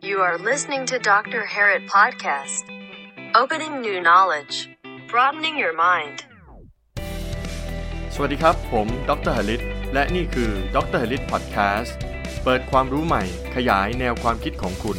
You are listening to Dr. Harrit Podcast. Opening new knowledge. Broadening your mind. สวัสดีครับผมดร. Harrit และนี่คือ Dr. Harrit Podcast เปิดความรู้ใหม่ขยายแนวความคิดของคุณ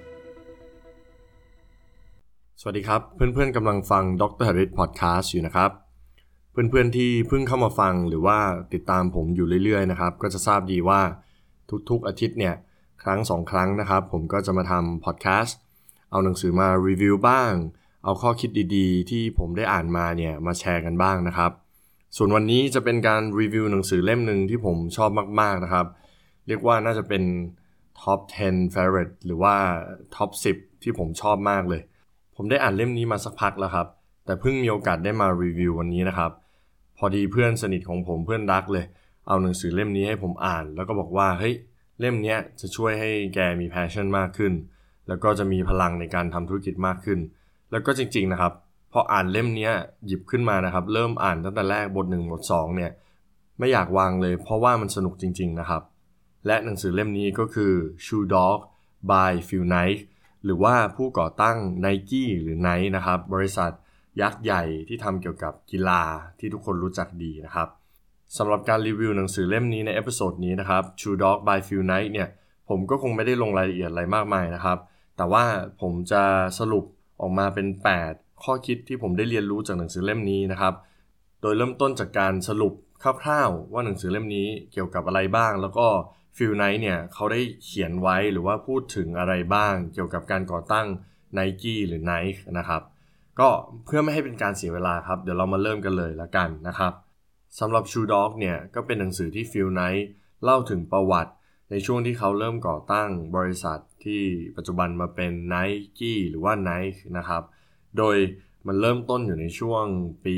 สวัสดีครับเพื่อนๆกำลังฟัง Dr. Harrit Podcast อยู่นะครับเพื่อนๆที่เพิ่งเข้ามาฟังหรือว่าติดตามผมอยู่เรื่อยๆนะครับก็จะทราบดีว่าทุกๆอาทิตย์เนี่ยครั้ง2ครั้งนะครับผมก็จะมาทำ Podcast เอาหนังสือมารีวิวบ้างเอาข้อคิดดีๆที่ผมได้อ่านมาเนี่ยมาแชร์กันบ้างนะครับส่วนวันนี้จะเป็นการรีวิวหนังสือเล่มนึงที่ผมชอบมากๆนะครับเรียกว่าน่าจะเป็น Top 10 Favorite หรือว่า Top 10 ที่ผมชอบมากเลยผมได้อ่านเล่มนี้มาสักพักแล้วครับแต่เพิ่งมีโอกาสได้มารีวิววันนี้นะครับพอดีเพื่อนสนิทของผมเพื่อนรักเลยเอาหนังสือเล่มนี้ให้ผมอ่านแล้วก็บอกว่าเฮ้ยเล่มนี้จะช่วยให้แกมี passion มากขึ้นแล้วก็จะมีพลังในการทำธุรกิจมากขึ้นแล้วก็จริงๆนะครับพออ่านเล่มนี้หยิบขึ้นมานะครับเริ่มอ่านตั้งแต่แรกบท1บท2เนี่ยไม่อยากวางเลยเพราะว่ามันสนุกจริงๆนะครับและหนังสือเล่มนี้ก็คือ Shoe Dog by Phil Knight หรือว่าผู้ก่อตั้ง Nike หรือ Nike นะครับบริษัทยักษ์ใหญ่ที่ทำเกี่ยวกับกีฬาที่ทุกคนรู้จักดีนะครับสำหรับการรีวิวหนังสือเล่มนี้ในเอพิโซดนี้นะครับ Shoe Dog by Phil Knight เนี่ยผมก็คงไม่ได้ลงรายละเอียดอะไรมากมายนะครับแต่ว่าผมจะสรุปออกมาเป็น8ข้อคิดที่ผมได้เรียนรู้จากหนังสือเล่มนี้นะครับโดยเริ่มต้นจากการสรุปคร่าวๆว่าหนังสือเล่มนี้เกี่ยวกับอะไรบ้างแล้วก็Phil Knight เนี่ยเขาได้เขียนไว้หรือว่าพูดถึงอะไรบ้างเกี่ยวกับการก่อตั้ง Nike หรือ Nike นะครับก็เพื่อไม่ให้เป็นการเสียเวลาครับเดี๋ยวเรามาเริ่มกันเลยละกันนะครับสำหรับ Shoe Dog เนี่ยก็เป็นหนังสือที่ Phil Knight เล่าถึงประวัติในช่วงที่เขาเริ่มก่อตั้งบริษัทที่ปัจจุบันมาเป็น Nike หรือว่า Nike นะครับโดยมันเริ่มต้นอยู่ในช่วงปี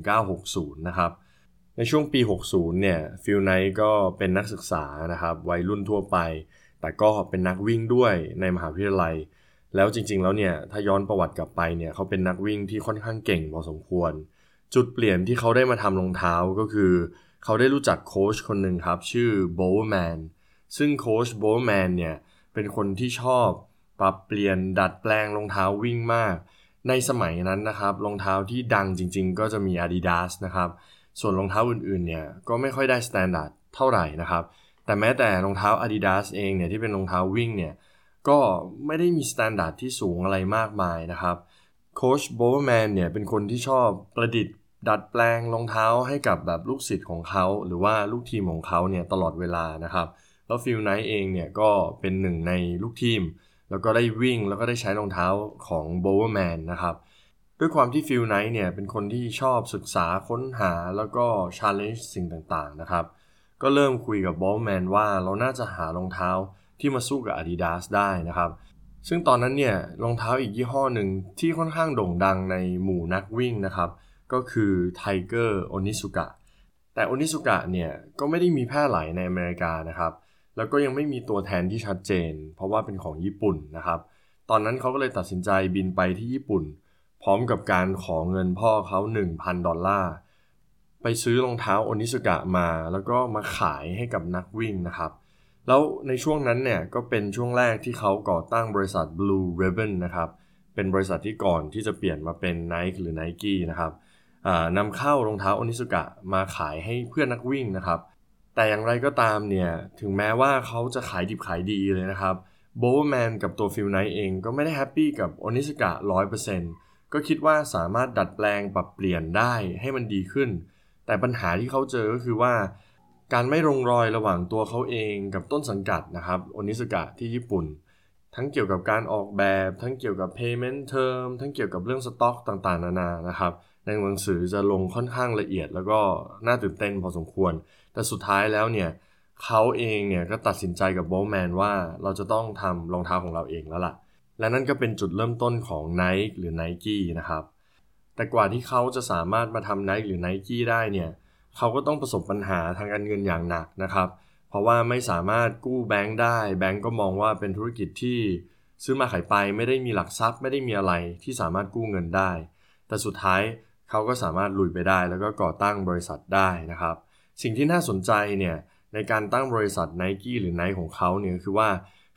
1960นะครับในช่วงปี60เนี่ยฟิลไนท์ก็เป็นนักศึกษานะครับวัยรุ่นทั่วไปแต่ก็เป็นนักวิ่งด้วยในมหาวิทยาลัยแล้วจริงๆแล้วเนี่ยถ้าย้อนประวัติกลับไปเนี่ยเขาเป็นนักวิ่งที่ค่อนข้างเก่งพอสมควรจุดเปลี่ยนที่เขาได้มาทำรองเท้าก็คือเขาได้รู้จักโค้ชคนหนึ่งครับชื่อโบว์แมนซึ่งโค้ชโบว์แมนเนี่ยเป็นคนที่ชอบปรับเปลี่ยนดัดแปลงรองเท้าวิ่งมากในสมัยนั้นนะครับรองเท้าที่ดังจริงๆก็จะมี Adidas นะครับส่วนรองเท้าอื่นๆเนี่ยก็ไม่ค่อยได้สแตนดาร์ดเท่าไหร่นะครับแต่แม้แต่รองเท้า Adidas เองเนี่ยที่เป็นรองเท้าวิ่งเนี่ยก็ไม่ได้มีสแตนดาร์ดที่สูงอะไรมากมายนะครับโค้ชโบว์แมนเนี่ยเป็นคนที่ชอบประดิษฐ์ดัดแปลงรองเท้าให้กับแบบลูกศิษย์ของเขาหรือว่าลูกทีมของเขาเนี่ยตลอดเวลานะครับแล้วฟิลไนท์เองเนี่ยก็เป็นหนึ่งในลูกทีมแล้วก็ได้วิ่งแล้วก็ได้ใช้รองเท้าของโบว์แมนนะครับด้วยความที่ฟิลไนท์เนี่ยเป็นคนที่ชอบศึกษาค้นหาแล้วก็ challenge สิ่งต่างๆนะครับก็เริ่มคุยกับโบว์แมนว่าเราน่าจะหารองเท้าที่มาสู้กับ Adidas ได้นะครับซึ่งตอนนั้นเนี่ยรองเท้าอีกยี่ห้อหนึ่งที่ค่อนข้างโด่งดังในหมู่นักวิ่งนะครับก็คือ Tiger Onitsuka แต่ Onitsuka เนี่ยก็ไม่ได้มีแพร่หลายในอเมริกานะครับแล้วก็ยังไม่มีตัวแทนที่ชัดเจนเพราะว่าเป็นของญี่ปุ่นนะครับตอนนั้นเขาก็เลยตัดสินใจบินไปที่ญี่ปุ่นพร้อมกับการขอเงินพ่อเขา $1,000 ไปซื้อรองเท้า Onitsuka มาแล้วก็มาขายให้กับนักวิ่งนะครับแล้วในช่วงนั้นเนี่ยก็เป็นช่วงแรกที่เขาก่อตั้งบริษัท Blue Ribbon นะครับเป็นบริษัทที่ก่อนที่จะเปลี่ยนมาเป็น Nike หรือ Nike นะครับนำเข้ารองเท้า Onitsuka มาขายให้เพื่อนนักวิ่งนะครับแต่อย่างไรก็ตามเนี่ยถึงแม้ว่าเขาจะขายดิบขายดีเลยนะครับโบว์แมนกับตัวฟิลไนท์เองก็ไม่ได้แฮปปี้กับ Onitsuka 100%ก็คิดว่าสามารถดัดแปลงปรับเปลี่ยนได้ให้มันดีขึ้นแต่ปัญหาที่เขาเจอก็คือว่าการไม่ลงรอยระหว่างตัวเขาเองกับต้นสังกัดนะครับ Onitsuka ที่ญี่ปุ่นทั้งเกี่ยวกับการออกแบบทั้งเกี่ยวกับ payment term ทั้งเกี่ยวกับเรื่องสต็อกต่างๆนานานะครับในหนังสือจะลงค่อนข้างละเอียดแล้วก็น่าตื่นเต้นพอสมควรแต่สุดท้ายแล้วเนี่ยเขาเองเนี่ยก็ตัดสินใจกับโบว์แมนว่าเราจะต้องทำรองเท้าของเราเองแล้วล่ะและนั่นก็เป็นจุดเริ่มต้นของ Nike หรือ Nike นะครับแต่กว่าที่เขาจะสามารถมาทำ Nike หรือ Nike ได้เนี่ยเขาก็ต้องประสบปัญหาทางการเงินอย่างหนักนะครับเพราะว่าไม่สามารถกู้แบงค์ได้แบงค์ก็มองว่าเป็นธุรกิจที่ซื้อมาขายไปไม่ได้มีหลักทรัพย์ไม่ได้มีอะไรที่สามารถกู้เงินได้แต่สุดท้ายเขาก็สามารถลุยไปได้แล้วก็ก่อตั้งบริษัทได้นะครับสิ่งที่น่าสนใจเนี่ยในการตั้งบริษัท Nike หรือ Nike ของเขาเนี่ยคือว่า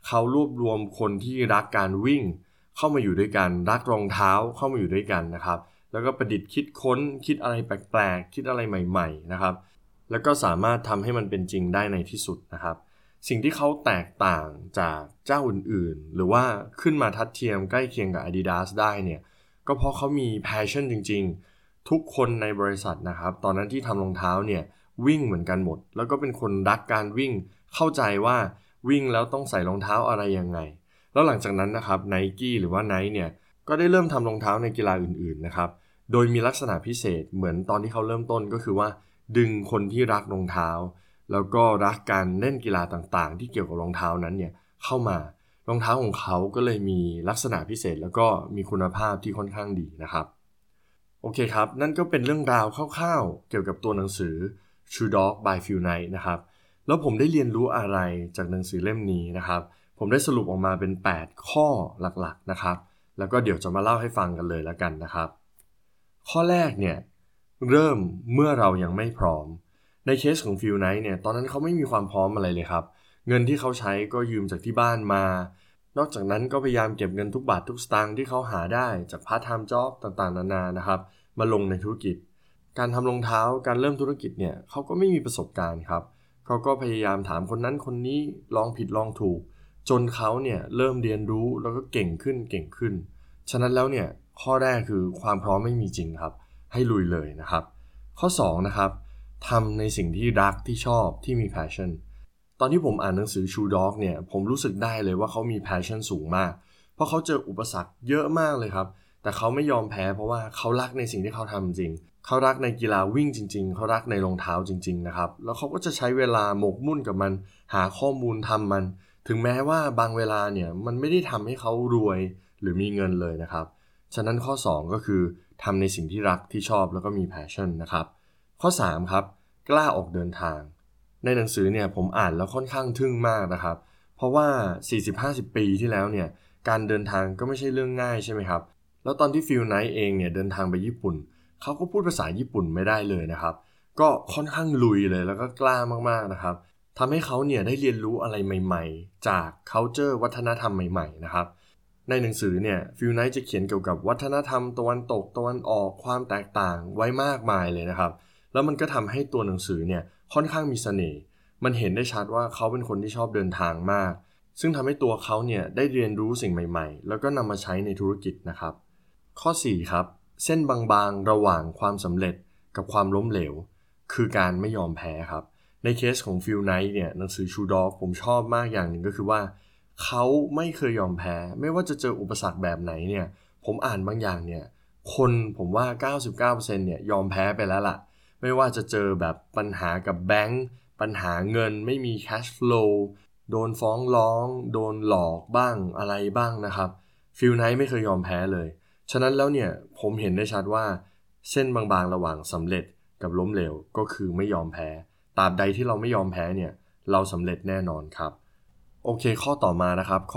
เขารวบรวมคนที่รักการวิ่งเข้ามาอยู่ด้วยกันรักรองเท้าเข้ามาอยู่ด้วยกันนะครับแล้วก็ประดิษฐ์คิดค้นคิดอะไรแปลกๆคิดอะไรใหม่ๆนะครับแล้วก็สามารถทำให้มันเป็นจริงได้ในที่สุดนะครับสิ่งที่เขาแตกต่างจากเจ้าอื่นๆหรือว่าขึ้นมาทัดเทียมใกล้เคียงกับ Adidas ได้เนี่ยก็เพราะเขามี passion จริงๆทุกคนในบริษัทนะครับตอนนั้นที่ทำรองเท้าเนี่ยวิ่งเหมือนกันหมดแล้วก็เป็นคนรักการวิ่งเข้าใจว่าวิ่งแล้วต้องใส่รองเท้าอะไรยังไงแล้วหลังจากนั้นนะครับ Nike หรือว่า Nike เนี่ยก็ได้เริ่มทำรองเท้าในกีฬาอื่นๆนะครับโดยมีลักษณะพิเศษเหมือนตอนที่เขาเริ่มต้นก็คือว่าดึงคนที่รักรองเท้าแล้วก็รักการเล่นกีฬาต่างๆที่เกี่ยวกับรองเท้านั้นเนี่ยเข้ามารองเท้าของเขาก็เลยมีลักษณะพิเศษแล้วก็มีคุณภาพที่ค่อนข้างดีนะครับโอเคครับนั่นก็เป็นเรื่องราวคร่าวๆเกี่ยวกับตัวหนังสือ Shoe Dog by Phil Knight นะครับแล้วผมได้เรียนรู้อะไรจากหนังสือเล่มนี้นะครับผมได้สรุปออกมาเป็น8ข้อหลักๆนะครับแล้วก็เดี๋ยวจะมาเล่าให้ฟังกันเลยแล้วกันนะครับข้อแรกเนี่ยเริ่มเมื่อเรายังไม่พร้อมในเคสของฟิลไนท์เนี่ยตอนนั้นเขาไม่มีความพร้อมอะไรเลยครับเงินที่เขาใช้ก็ยืมจากที่บ้านมานอกจากนั้นก็พยายามเก็บเงินทุกบาททุกสตางค์ที่เขาหาได้จากพาร์ทไทม์จ็อบต่างๆนานานะครับมาลงในธุรกิจการทำรองเท้าการเริ่มธุรกิจเนี่ยเขาก็ไม่มีประสบการณ์ครับเขาก็พยายามถามคนนั้นคนนี้ลองผิดลองถูกจนเขาเนี่ยเริ่มเรียนรู้แล้วก็เก่งขึ้นฉะนั้นแล้วเนี่ยข้อแรกคือความพร้อมไม่มีจริงครับให้ลุยเลยนะครับข้อ2นะครับทำในสิ่งที่รักที่ชอบที่มี passion ตอนที่ผมอ่านหนังสือ Shoe Dog เนี่ยผมรู้สึกได้เลยว่าเขามี passion สูงมากเพราะเขาเจออุปสรรคเยอะมากเลยครับแต่เขาไม่ยอมแพ้เพราะว่าเขารักในสิ่งที่เขาทำจริงเขารักในกีฬาวิ่งจริงๆเขารักในรองเท้าจริงๆนะครับแล้วเขาก็จะใช้เวลาหมกมุ่นกับมันหาข้อมูลทำมันถึงแม้ว่าบางเวลาเนี่ยมันไม่ได้ทำให้เขารวยหรือมีเงินเลยนะครับฉะนั้นข้อ2ก็คือทำในสิ่งที่รักที่ชอบแล้วก็มี passion นะครับข้อ3ครับกล้าออกเดินทางในหนังสือเนี่ยผมอ่านแล้วค่อนข้างทึ่งมากนะครับเพราะว่า 40-50 ปีที่แล้วเนี่ยการเดินทางก็ไม่ใช่เรื่องง่ายใช่ไหมครับแล้วตอนที่ฟิลไนท์เองเนี่ยเดินทางไปญี่ปุ่นเขาก็พูดภาษาญี่ปุ่นไม่ได้เลยนะครับก็ค่อนข้างลุยเลยแล้วก็กล้ามากๆนะครับทำให้เขาเนี่ยได้เรียนรู้อะไรใหม่ๆจาก culture วัฒนธรรมใหม่ๆนะครับในหนังสือเนี่ยฟิลไนท์จะเขียนเกี่ยวกับวัฒนธรรมตะวันตกตะวันออกความแตกต่างไว้มากมายเลยนะครับแล้วมันก็ทำให้ตัวหนังสือเนี่ยค่อนข้างมีเสน่ห์มันเห็นได้ชัดว่าเขาเป็นคนที่ชอบเดินทางมากซึ่งทำให้ตัวเขาเนี่ยได้เรียนรู้สิ่งใหม่ๆแล้วก็นำมาใช้ในธุรกิจนะครับข้อ4ครับเส้นบางๆระหว่างความสำเร็จกับความล้มเหลวคือการไม่ยอมแพ้ครับในเคสของฟิลไนท์เนี่ยหนังสือ Shoe Dog ผมชอบมากอย่างหนึ่งก็คือว่าเขาไม่เคยยอมแพ้ไม่ว่าจะเจออุปสรรคแบบไหนเนี่ยผมอ่านบางอย่างเนี่ยคนผมว่า 99% เนี่ยยอมแพ้ไปแล้วล่ะไม่ว่าจะเจอแบบปัญหากับแบงก์ปัญหาเงินไม่มี cash flow โดนฟ้องร้องโดนหลอกบ้างอะไรบ้างนะครับฟิลไนท์ไม่เคยยอมแพ้เลยฉะนั้นแล้วเนี่ยผมเห็นได้ชัดว่าเส้นบางๆระหว่างสำเร็จกับล้มเหลวก็คือไม่ยอมแพ้ตราบใดที่เราไม่ยอมแพ้เนี่ยเราสำเร็จแน่นอนครับโอเคข้อต่อมานะครับข้อ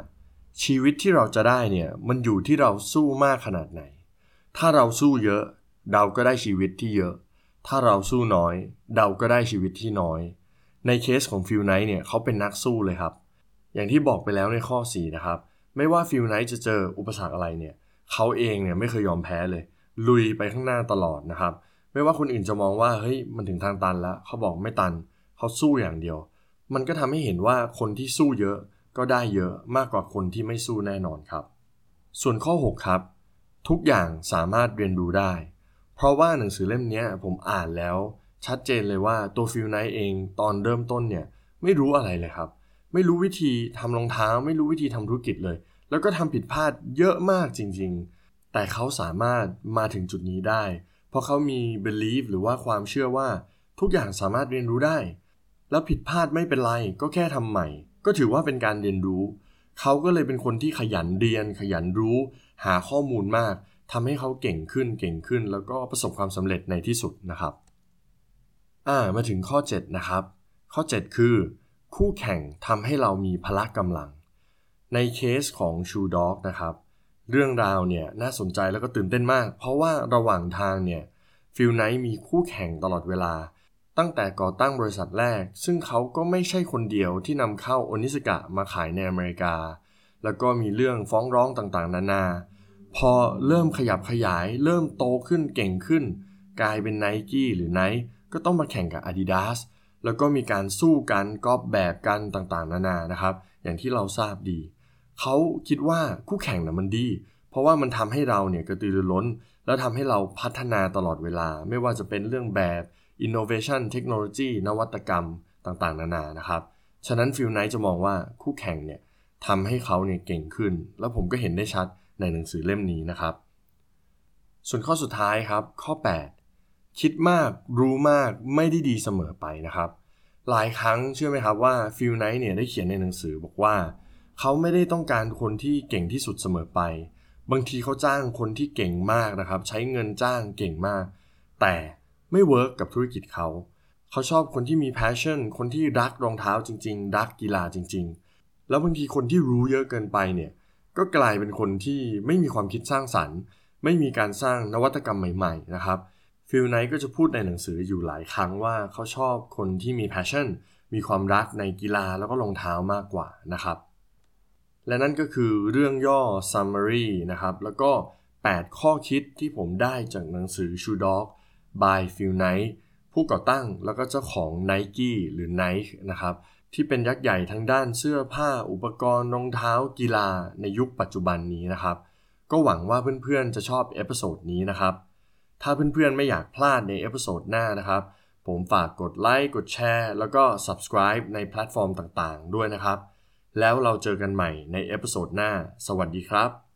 5ชีวิตที่เราจะได้เนี่ยมันอยู่ที่เราสู้มากขนาดไหนถ้าเราสู้เยอะเราก็ได้ชีวิตที่เยอะถ้าเราสู้น้อยเราก็ได้ชีวิตที่น้อยในเคสของฟิลไนท์เนี่ยเขาเป็นนักสู้เลยครับอย่างที่บอกไปแล้วในข้อ4นะครับไม่ว่าฟิลไนท์จะเจออุปสรรคอะไรเนี่ยเขาเองเนี่ยไม่เคยยอมแพ้เลยลุยไปข้างหน้าตลอดนะครับไม่ว่าคนอื่นจะมองว่าเฮ้ยมันถึงทางตันแล้วเขาบอกไม่ตันเขาสู้อย่างเดียวมันก็ทำให้เห็นว่าคนที่สู้เยอะก็ได้เยอะมากกว่าคนที่ไม่สู้แน่นอนครับส่วนข้อ6ครับทุกอย่างสามารถเรียนรู้ได้เพราะว่าหนังสือเล่มนี้ผมอ่านแล้วชัดเจนเลยว่าตัวฟิลไนท์เองตอนเริ่มต้นเนี่ยไม่รู้อะไรเลยครับไม่รู้วิธีทำรองเท้าไม่รู้วิธีทำธุรกิจเลยแล้วก็ทำผิดพลาดเยอะมากจริงๆแต่เขาสามารถมาถึงจุดนี้ได้เพราะเขามี belief หรือว่าความเชื่อว่าทุกอย่างสามารถเรียนรู้ได้แล้วผิดพลาดไม่เป็นไรก็แค่ทำใหม่ก็ถือว่าเป็นการเรียนรู้เขาก็เลยเป็นคนที่ขยันเรียนขยันรู้หาข้อมูลมากทำให้เขาเก่งขึ้นแล้วก็ประสบความสำเร็จในที่สุดนะครับมาถึงข้อ7นะครับข้อ7คือคู่แข่งทำให้เรามีพละกำลังในเคสของ Shoe Dog นะครับเรื่องราวเนี่ยน่าสนใจแล้วก็ตื่นเต้นมากเพราะว่าระหว่างทางเนี่ยฟิลไนท์มีคู่แข่งตลอดเวลาตั้งแต่ก่อตั้งบริษัทแรกซึ่งเขาก็ไม่ใช่คนเดียวที่นำเข้าโอนิสกะมาขายในอเมริกาแล้วก็มีเรื่องฟ้องร้องต่างๆนานาพอเริ่มขยับขยายเริ่มโตขึ้นเก่งขึ้นกลายเป็น Nike หรือ Nike ก็ต้องมาแข่งกับ Adidas แล้วก็มีการสู้กันก๊อปแบบกันต่างๆนานานะครับอย่างที่เราทราบดีเขาคิดว่าคู่แข่งน่ะมันดีเพราะว่ามันทำให้เราเนี่ยกระตือรือร้นแล้วทำให้เราพัฒนาตลอดเวลาไม่ว่าจะเป็นเรื่องแบบ innovation technology นวัตกรรมต่างๆนานานะครับฉะนั้นฟิลไนท์จะมองว่าคู่แข่งเนี่ยทำให้เขาเนี่ยเก่งขึ้นแล้วผมก็เห็นได้ชัดในหนังสือเล่มนี้นะครับส่วนข้อสุดท้ายครับข้อ8คิดมากรู้มากไม่ได้ดีเสมอไปนะครับหลายครั้งเชื่อไหมครับว่าฟิลไนท์เนี่ยได้เขียนในหนังสือบอกว่าเขาไม่ได้ต้องการคนที่เก่งที่สุดเสมอไปบางทีเขาจ้างคนที่เก่งมากนะครับใช้เงินจ้างเก่งมากแต่ไม่เวิร์กกับธุรกิจเขาชอบคนที่มี passion คนที่รักรองเท้าจริงๆรักกีฬาจริงๆแล้วบางทีคนที่รู้เยอะเกินไปเนี่ยก็กลายเป็นคนที่ไม่มีความคิดสร้างสรรค์ไม่มีการสร้างนวัตกรรมใหม่ๆนะครับฟิลไนท์ก็จะพูดในหนังสืออยู่หลายครั้งว่าเขาชอบคนที่มี passion มีความรักในกีฬาแล้วก็รองเท้ามากกว่านะครับและนั่นก็คือเรื่องย่อ summary นะครับแล้วก็8ข้อคิดที่ผมได้จากหนังสือ Shoe Dog by Phil Knight ผู้ก่อตั้งแล้วก็เจ้าของ Nike หรือ Nike นะครับที่เป็นยักษ์ใหญ่ทั้งด้านเสื้อผ้าอุปกรณ์รองเท้ากีฬาในยุคปัจจุบันนี้นะครับก็หวังว่าเพื่อนๆจะชอบเอพิโซดนี้นะครับถ้าเพื่อนๆไม่อยากพลาดในเอพิโซดหน้านะครับผมฝากกดไลค์กดแชร์แล้วก็ subscribe ในแพลตฟอร์มต่างๆด้วยนะครับแล้วเราเจอกันใหม่ในเอพิโซดหน้าสวัสดีครับ